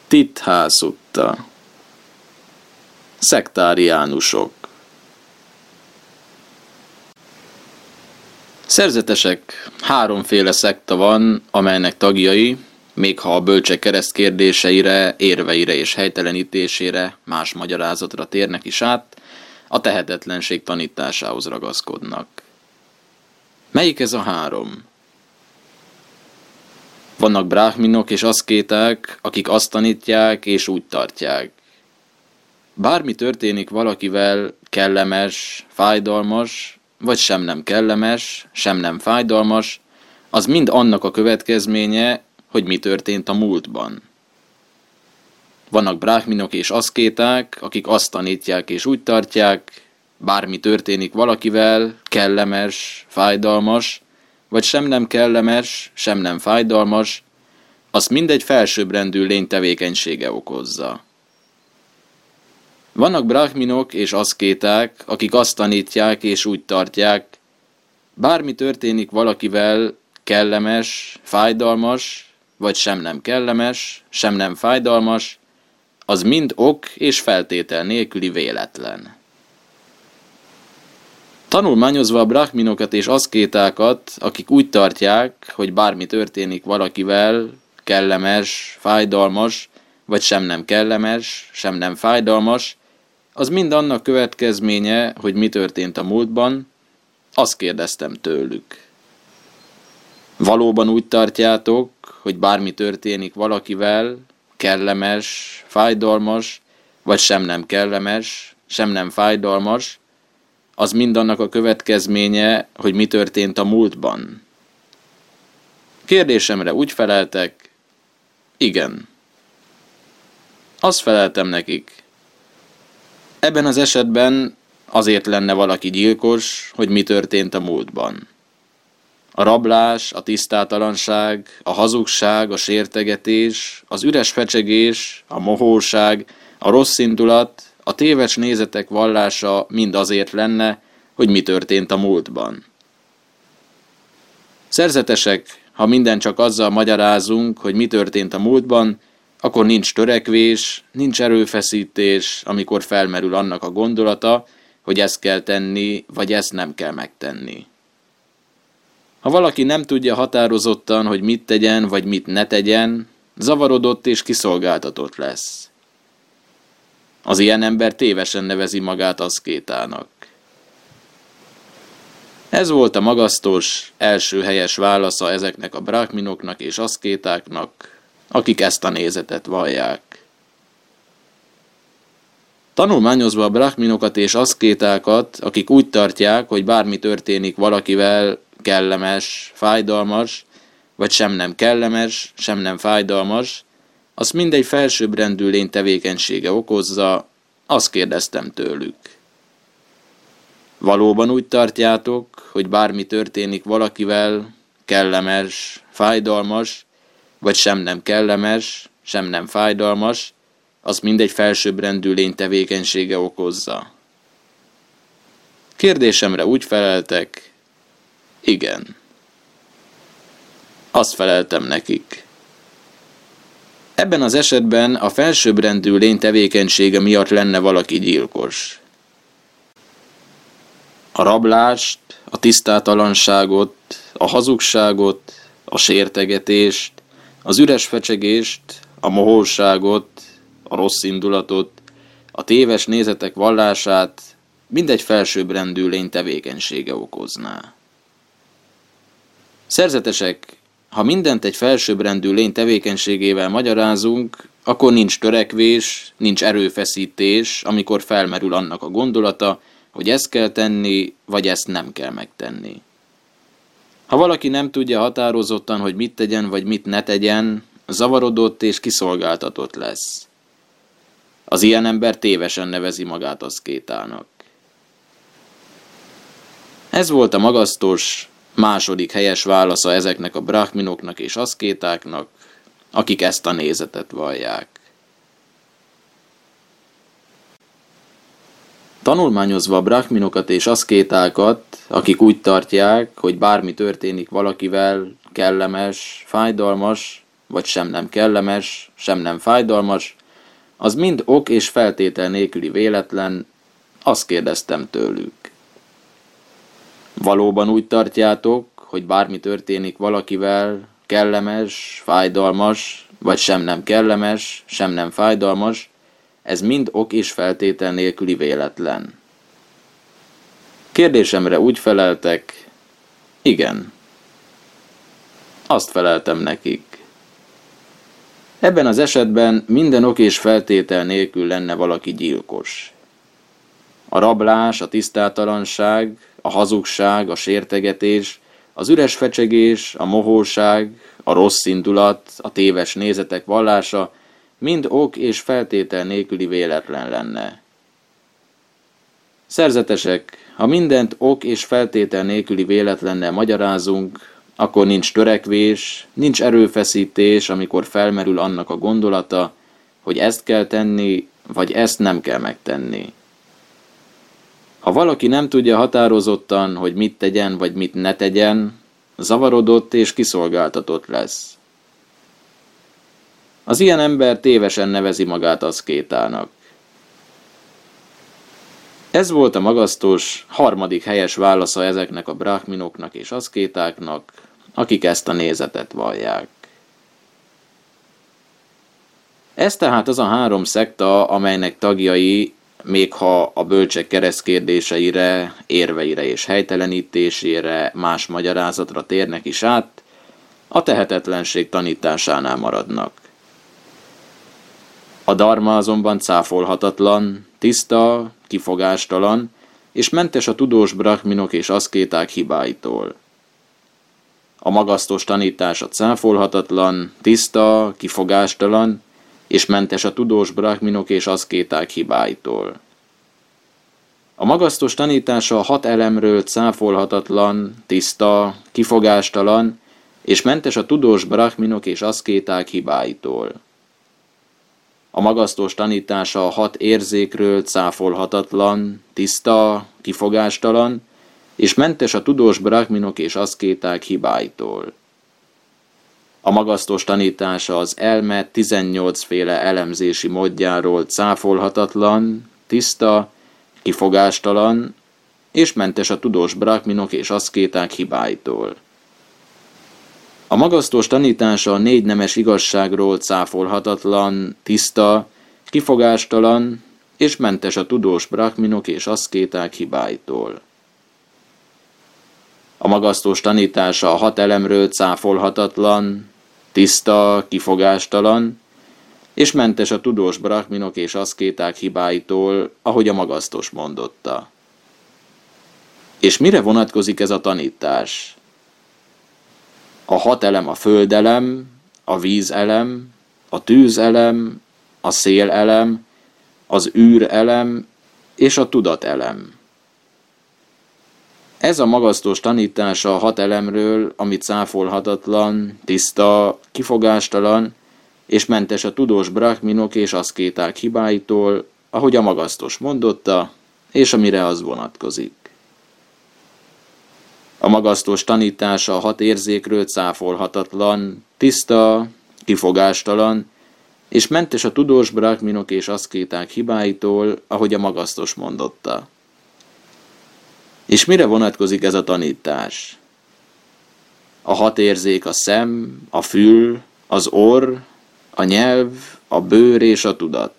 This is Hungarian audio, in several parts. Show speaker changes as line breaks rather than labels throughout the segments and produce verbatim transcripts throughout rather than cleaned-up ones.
Tithá Szutta. Szektáriánusok. Szerzetesek, háromféle szekta van, amelynek tagjai, még ha a bölcsek kereszt kérdéseire, érveire és helytelenítésére, más magyarázatra térnek is át, a tehetetlenség tanításához ragaszkodnak. Melyik ez a három? Vannak bráhminok és aszkéták, akik azt tanítják és úgy tartják. Bármi történik valakivel, kellemes, fájdalmas, vagy sem nem kellemes, sem nem fájdalmas, az mind annak a következménye, hogy mi történt a múltban. Vannak bráhminok és aszkéták, akik azt tanítják és úgy tartják, bármi történik valakivel, kellemes, fájdalmas, vagy sem nem kellemes, sem nem fájdalmas, azt mindegy felsőbbrendű lény tevékenysége okozza. Vannak bráhminok és aszkéták, akik azt tanítják és úgy tartják, bármi történik valakivel, kellemes, fájdalmas, vagy sem nem kellemes, sem nem fájdalmas, az mind ok és feltétel nélküli véletlen. Tanulmányozva a bráhminokat és aszkétákat, akik úgy tartják, hogy bármi történik valakivel, kellemes, fájdalmas, vagy sem nem kellemes, sem nem fájdalmas, az mind annak következménye, hogy mi történt a múltban, azt kérdeztem tőlük. Valóban úgy tartjátok, hogy bármi történik valakivel, kellemes, fájdalmas, vagy sem nem kellemes, sem nem fájdalmas, az mind annak a következménye, hogy mi történt a múltban? Kérdésemre úgy feleltek, igen. Azt feleltem nekik. Ebben az esetben azért lenne valaki gyilkos, hogy mi történt a múltban. A rablás, a tisztátalanság, a hazugság, a sértegetés, az üres fecsegés, a mohóság, a rossz indulat, a téves nézetek vallása mind azért lenne, hogy mi történt a múltban. Szerzetesek, ha minden csak azzal magyarázunk, hogy mi történt a múltban, akkor nincs törekvés, nincs erőfeszítés, amikor felmerül annak a gondolata, hogy ezt kell tenni, vagy ezt nem kell megtenni. Ha valaki nem tudja határozottan, hogy mit tegyen, vagy mit ne tegyen, zavarodott és kiszolgáltatott lesz. Az ilyen ember tévesen nevezi magát aszkétának. Ez volt a magasztos, első helyes válasza ezeknek a bráhminoknak és aszkétáknak, akik ezt a nézetet vallják. Tanulmányozva a bráhminokat és aszkétákat, akik úgy tartják, hogy bármi történik valakivel, kellemes, fájdalmas, vagy sem nem kellemes, sem nem fájdalmas, azt mindegy felsőbbrendű lény tevékenysége okozza, azt kérdeztem tőlük. Valóban úgy tartjátok, hogy bármi történik valakivel, kellemes, fájdalmas, vagy sem nem kellemes, sem nem fájdalmas, az mindegy felsőbbrendű lény tevékenysége okozza? Kérdésemre úgy feleltek, igen. Azt feleltem nekik. Ebben az esetben a felsőbbrendű lény tevékenysége miatt lenne valaki gyilkos. A rablást, a tisztátalanságot, a hazugságot, a sértegetést, az üres fecsegést, a mohóságot, a rossz indulatot, a téves nézetek vallását mindegy felsőbbrendű lény tevékenysége okozná. Szerzetesek, ha mindent egy felsőbbrendű lény tevékenységével magyarázunk, akkor nincs törekvés, nincs erőfeszítés, amikor felmerül annak a gondolata, hogy ezt kell tenni, vagy ezt nem kell megtenni. Ha valaki nem tudja határozottan, hogy mit tegyen, vagy mit ne tegyen, zavarodott és kiszolgáltatott lesz. Az ilyen ember tévesen nevezi magát aszkétának. Ez volt a magasztos, második helyes válasza ezeknek a bráhminoknak és aszkétáknak, akik ezt a nézetet vallják. Tanulmányozva a bráhminokat és aszkétákat, akik úgy tartják, hogy bármi történik valakivel, kellemes, fájdalmas, vagy sem nem kellemes, sem nem fájdalmas, az mind ok és feltétel nélküli véletlen, azt kérdeztem tőlük. Valóban úgy tartjátok, hogy bármi történik valakivel, kellemes, fájdalmas, vagy sem nem kellemes, sem nem fájdalmas, ez mind ok és feltétel nélküli véletlen? Kérdésemre úgy feleltek, igen. Azt feleltem nekik. Ebben az esetben minden ok és feltétel nélkül lenne valaki gyilkos. A rablás, a tisztátalanság, a hazugság, a sértegetés, az üres fecsegés, a mohóság, a rossz indulat, a téves nézetek vallása mind ok és feltétel nélküli véletlen lenne. Szerzetesek, ha mindent ok és feltétel nélküli véletlennel magyarázunk, akkor nincs törekvés, nincs erőfeszítés, amikor felmerül annak a gondolata, hogy ezt kell tenni, vagy ezt nem kell megtenni. Ha valaki nem tudja határozottan, hogy mit tegyen, vagy mit ne tegyen, zavarodott és kiszolgáltatott lesz. Az ilyen ember tévesen nevezi magát aszkétának. Ez volt a magasztos harmadik helyes válasza ezeknek a brahminoknak és aszkétáknak, akik ezt a nézetet vallják. Ez tehát az a három szekta, amelynek tagjai, még ha a bölcsek keresztkérdéseire, érveire és helytelenítésére, más magyarázatra térnek is át, a tehetetlenség tanításánál maradnak. A dharma azonban cáfolhatatlan, tiszta, kifogástalan, és mentes a tudós brahminok és aszkéták hibáitól. A magasztos tanítása cáfolhatatlan, tiszta, kifogástalan, és mentes a tudós brahminok és aszkéták hibáitól. A magasztos tanítása a hat elemről cáfolhatatlan, tiszta, kifogástalan, és mentes a tudós brahminok és aszkéták hibáitól. A magasztos tanítása a hat érzékről cáfolhatatlan, tiszta, kifogástalan, és mentes a tudós brahminok és aszkéták hibáitól. A magasztos tanítása az elme tizennyolcféle elemzési módjáról cáfolhatatlan, tiszta, kifogástalan, és mentes a tudós brahminok és aszkéták hibáitól. A magasztos tanítása a négy nemes igazságról cáfolhatatlan, tiszta, kifogástalan, és mentes a tudós brahminok és aszkéták hibáitól. A magasztos tanítása a hat elemről cáfolhatatlan, tiszta, kifogástalan, és mentes a tudós brahminok és aszkéták hibáitól, ahogy a magasztos mondotta. És mire vonatkozik ez a tanítás? A hat elem a földelem, a vízelem, a tűzelem, a szélelem, az űrelem és a tudatelem. Ez a magasztos tanítása a hat elemről, ami cáfolhatatlan, tiszta, kifogástalan, és mentes a tudós brahminok és aszkéták hibáitól, ahogy a magasztos mondotta, és amire az vonatkozik. A magasztos tanítása a hat érzékről cáfolhatatlan, tiszta, kifogástalan, és mentes a tudós brahminok és aszkéták hibáitól, ahogy a magasztos mondotta. És mire vonatkozik ez a tanítás? A hat érzék a szem, a fül, az orr, a nyelv, a bőr és a tudat.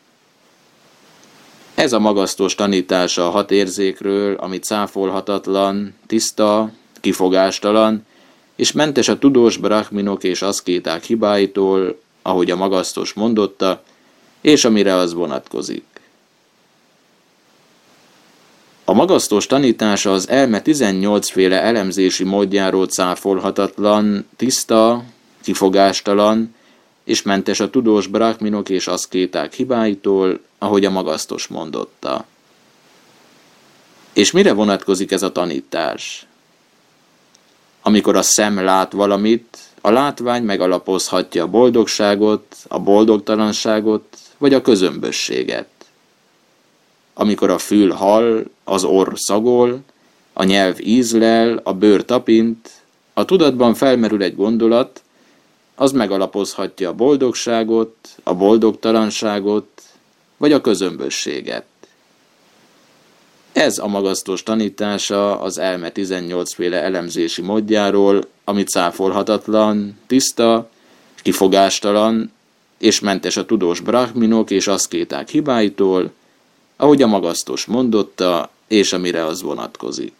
Ez a magasztos tanítása a hat érzékről, ami cáfolhatatlan, tiszta, kifogástalan, és mentes a tudós brahminok és aszkéták hibáitól, ahogy a magasztos mondotta, és amire az vonatkozik. A magasztos tanítása az elme tizennyolcféle elemzési módjáról cáfolhatatlan, tiszta, kifogástalan, és mentes a tudós brahminok és aszkéták hibáitól, ahogy a magasztos mondotta. És mire vonatkozik ez a tanítás? Amikor a szem lát valamit, a látvány megalapozhatja a boldogságot, a boldogtalanságot, vagy a közömbösséget. Amikor a fül hall, az orr szagol, a nyelv ízlel, a bőr tapint, a tudatban felmerül egy gondolat, az megalapozhatja a boldogságot, a boldogtalanságot, vagy a közömbösséget. Ez a magasztos tanítása az elme tizennyolcféle elemzési módjáról, ami cáfolhatatlan, tiszta, kifogástalan, és mentes a tudós brahminok és aszkéták hibáitól, ahogy a magasztos mondotta, és amire az vonatkozik.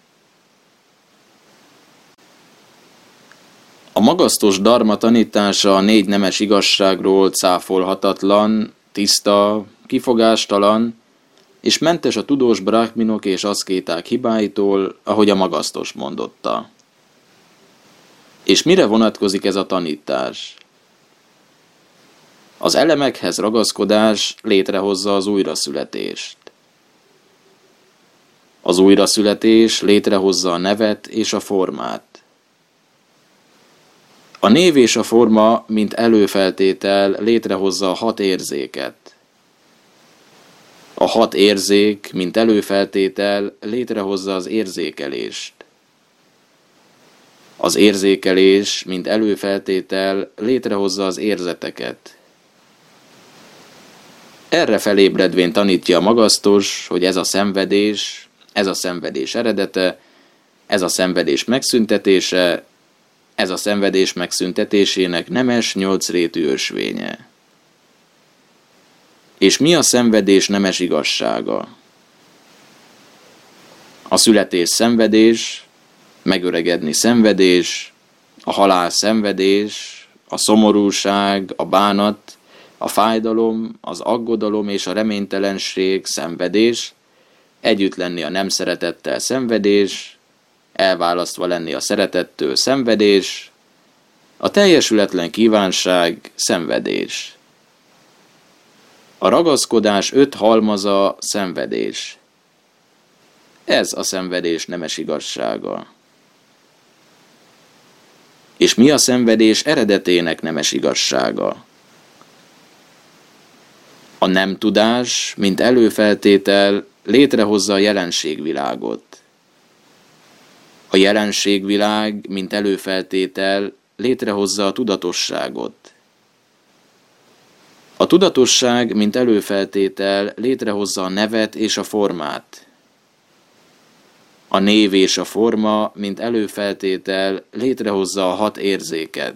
A magasztos dharma tanítása a négy nemes igazságról cáfolhatatlan, tiszta, kifogástalan, és mentes a tudós brahminok és aszkéták hibáitól, ahogy a magasztos mondotta. És mire vonatkozik ez a tanítás? Az elemekhez ragaszkodás létrehozza az újraszületést. Az újraszületés létrehozza a nevet és a formát. A név és a forma, mint előfeltétel létrehozza a hat érzéket. A hat érzék, mint előfeltétel létrehozza az érzékelést. Az érzékelés, mint előfeltétel létrehozza az érzeteket. Erre felébredvén tanítja a magasztos, hogy ez a szenvedés, ez a szenvedés eredete, ez a szenvedés megszüntetése, ez a szenvedés megszüntetésének nemes nyolcrétű ösvénye. És mi a szenvedés nemes igazsága? A születés szenvedés, megöregedni szenvedés, a halál szenvedés, a szomorúság, a bánat, a fájdalom, az aggodalom és a reménytelenség szenvedés, együtt lenni a nem szeretettel szenvedés, elválasztva lenni a szeretettől szenvedés, a teljesületlen kívánság szenvedés. A ragaszkodás öt halmaza szenvedés. Ez a szenvedés nemes igazsága. És mi a szenvedés eredetének nemes igazsága? A nem tudás, mint előfeltétel, létrehozza a jelenségvilágot. A jelenségvilág, mint előfeltétel, létrehozza a tudatosságot. A tudatosság, mint előfeltétel, létrehozza a nevet és a formát. A név és a forma, mint előfeltétel, létrehozza a hat érzéket.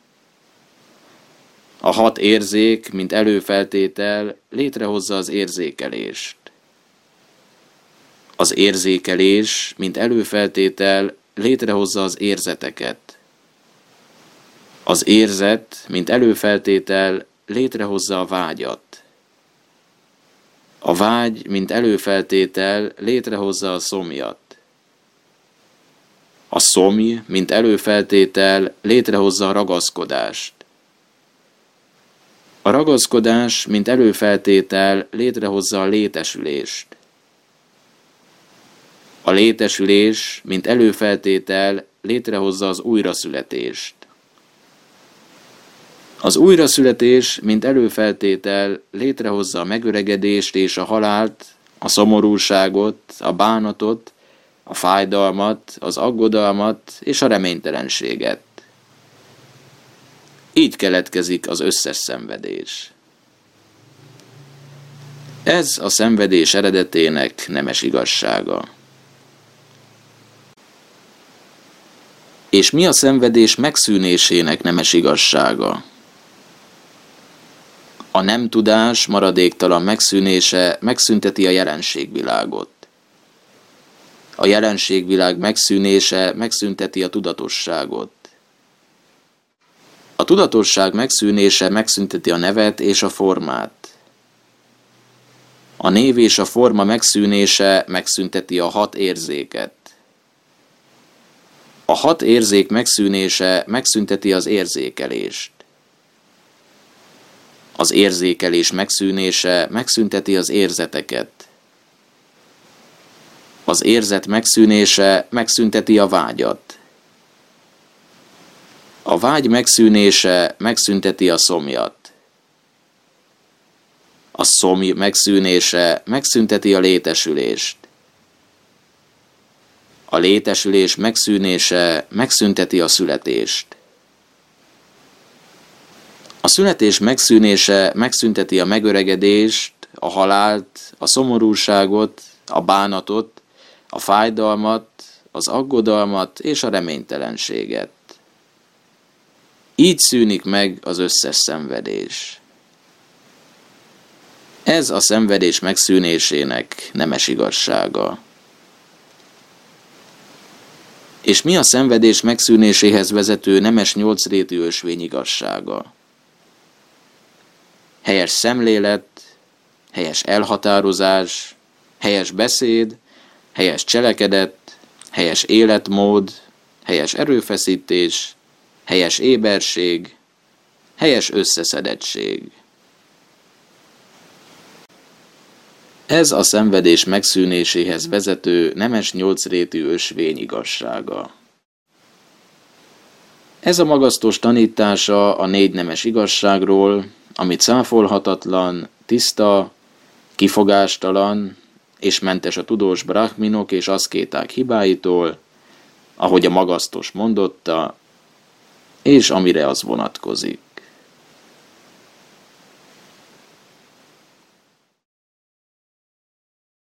A hat érzék, mint előfeltétel, létrehozza az érzékelést. Az érzékelés, mint előfeltétel, létrehozza az érzeteket. Az érzet, mint előfeltétel, létrehozza a vágyat. A vágy, mint előfeltétel, létrehozza a szomjat. A szomj, mint előfeltétel, létrehozza a ragaszkodást. A ragaszkodás, mint előfeltétel, létrehozza a létesülést. A létesülés, mint előfeltétel, létrehozza az újraszületést. Az újraszületés, mint előfeltétel, létrehozza a megöregedést és a halált, a szomorúságot, a bánatot, a fájdalmat, az aggodalmat és a reménytelenséget. Így keletkezik az összes szenvedés. Ez a szenvedés eredetének nemes igazsága. És mi a szenvedés megszűnésének nemes igazsága? A nem tudás maradéktalan megszűnése megszünteti a jelenségvilágot. A jelenségvilág megszűnése megszünteti a tudatosságot. A tudatosság megszűnése megszünteti a nevet és a formát. A név és a forma megszűnése megszünteti a hat érzéket. A hat érzék megszűnése megszünteti az érzékelést. Az érzékelés megszűnése megszünteti az érzeteket. Az érzet megszűnése megszünteti a vágyat. A vágy megszűnése megszünteti a szomjat. A szomj megszűnése megszünteti a létesülést. A létesülés megszűnése megszünteti a születést. A születés megszűnése megszünteti a megöregedést, a halált, a szomorúságot, a bánatot, a fájdalmat, az aggodalmat és a reménytelenséget. Így szűnik meg az összes szenvedés. Ez a szenvedés megszűnésének nemes igazsága. És mi a szenvedés megszűnéséhez vezető nemes nyolcrétű ösvény igazsága? Helyes szemlélet, helyes elhatározás, helyes beszéd, helyes cselekedet, helyes életmód, helyes erőfeszítés, helyes éberség, helyes összeszedettség. Ez a szenvedés megszűnéséhez vezető nemes nyolcrétű ösvény igazsága. Ez a magasztos tanítása a négy nemes igazságról, ami cáfolhatatlan, tiszta, kifogástalan és mentes a tudós brahminok és aszkéták hibáitól, ahogy a magasztos mondotta, és amire az vonatkozik.